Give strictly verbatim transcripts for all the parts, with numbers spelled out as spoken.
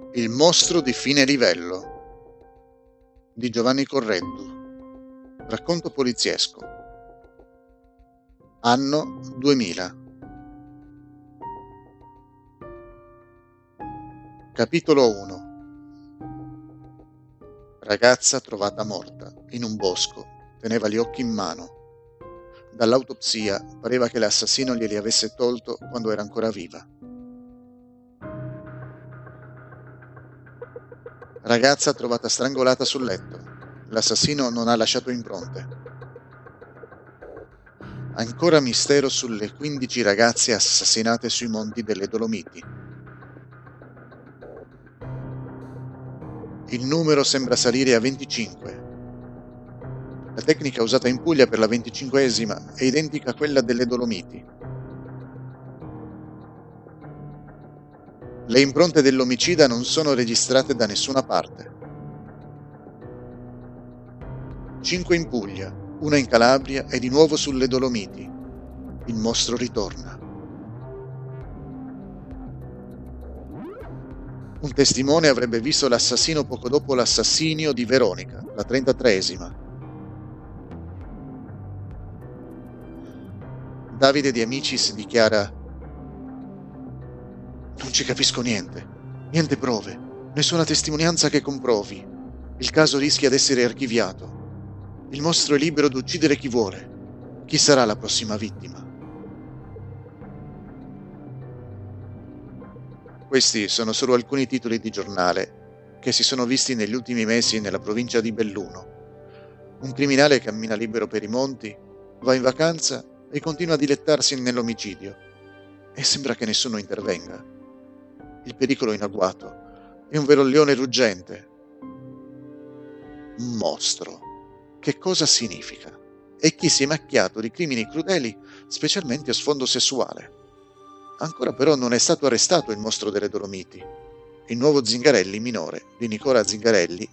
Il mostro di fine livello di Giovanni Correddu. Racconto poliziesco. Anno duemila. Capitolo uno. Ragazza trovata morta in un bosco, teneva gli occhi in mano. Dall'autopsia pareva che l'assassino glieli avesse tolto quando era ancora viva. Ragazza trovata strangolata sul letto. L'assassino non ha lasciato impronte. Ancora mistero sulle quindici ragazze assassinate sui monti delle Dolomiti. Il numero sembra salire a venticinque. La tecnica usata in Puglia per la venticinquesima è identica a quella delle Dolomiti. Le impronte dell'omicida non sono registrate da nessuna parte. Cinque in Puglia, una in Calabria e di nuovo sulle Dolomiti. Il mostro ritorna. Un testimone avrebbe visto l'assassino poco dopo l'assassinio di Veronica, la trentatreesima. Davide De Amicis dichiara: non ci capisco niente, niente prove, nessuna testimonianza che comprovi. Il caso rischia di essere archiviato. Il mostro è libero di uccidere chi vuole. Chi sarà la prossima vittima? Questi sono solo alcuni titoli di giornale che si sono visti negli ultimi mesi nella provincia di Belluno. Un criminale cammina libero per i monti, va in vacanza e continua a dilettarsi nell'omicidio. E sembra che nessuno intervenga. Il pericolo in agguato è un vero leone ruggente. Un mostro. Che cosa significa? E chi si è macchiato di crimini crudeli, specialmente a sfondo sessuale. Ancora però non è stato arrestato il mostro delle Dolomiti. Il nuovo Zingarelli minore di Nicola Zingarelli.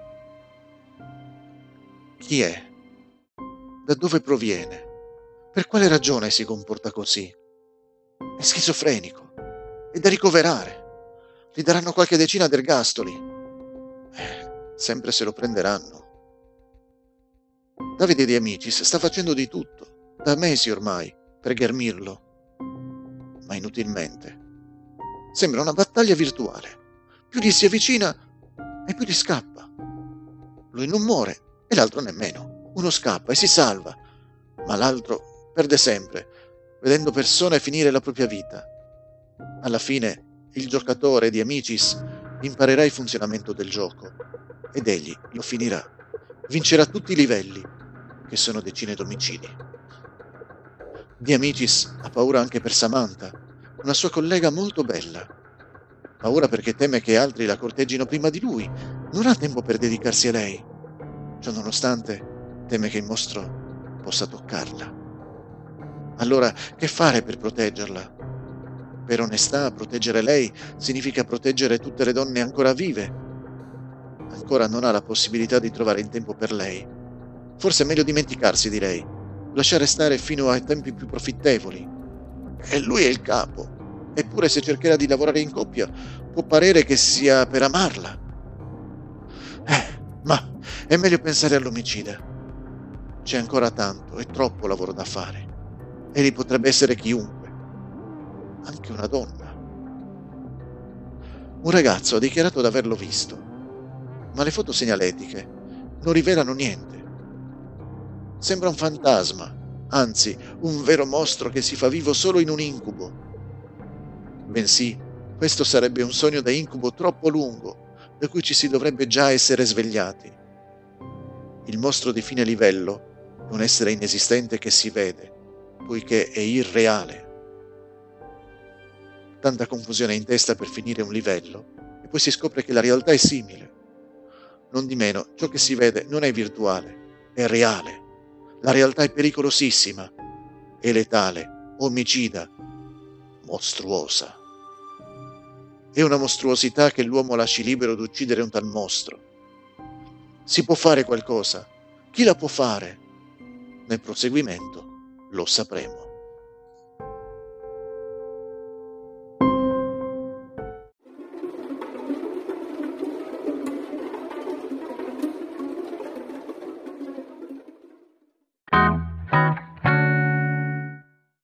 Chi è? Da dove proviene? Per quale ragione si comporta così? È schizofrenico. È da ricoverare. Gli daranno qualche decina d'ergastoli. Eh, sempre se lo prenderanno. Davide De Amicis sta facendo di tutto, da mesi ormai, per ghermirlo. Ma inutilmente. Sembra una battaglia virtuale. Più gli si avvicina e più gli scappa. Lui non muore e l'altro nemmeno. Uno scappa e si salva, ma l'altro perde sempre, vedendo persone finire la propria vita. Alla fine, il giocatore di Amicis imparerà il funzionamento del gioco ed egli lo finirà. Vincerà tutti i livelli, che sono decine d'omicidi. De Amicis ha paura anche per Samantha, una sua collega molto bella. Paura perché teme che altri la corteggino prima di lui. Non ha tempo per dedicarsi a lei. Ciononostante, teme che il mostro possa toccarla. Allora, che fare per proteggerla? Per onestà, proteggere lei significa proteggere tutte le donne ancora vive. Ancora non ha la possibilità di trovare il tempo per lei. Forse è meglio dimenticarsi di lei, lasciare stare fino ai tempi più profittevoli. E lui è il capo. Eppure se cercherà di lavorare in coppia, può parere che sia per amarla. Eh, ma è meglio pensare all'omicida. C'è ancora tanto e troppo lavoro da fare. Egli potrebbe essere chiunque. Anche una donna. Un ragazzo ha dichiarato di averlo visto, ma le foto segnaletiche non rivelano niente. Sembra un fantasma, anzi un vero mostro che si fa vivo solo in un incubo. Bensì, questo sarebbe un sogno da incubo troppo lungo, da cui ci si dovrebbe già essere svegliati. Il mostro di fine livello è un essere inesistente che si vede, poiché è irreale. Tanta confusione in testa per finire un livello e poi si scopre che la realtà è simile. Non di meno, ciò che si vede non è virtuale, è reale. La realtà è pericolosissima, è letale, omicida, mostruosa. È una mostruosità che l'uomo lasci libero di uccidere un tal mostro. Si può fare qualcosa. Chi la può fare? Nel proseguimento lo sapremo.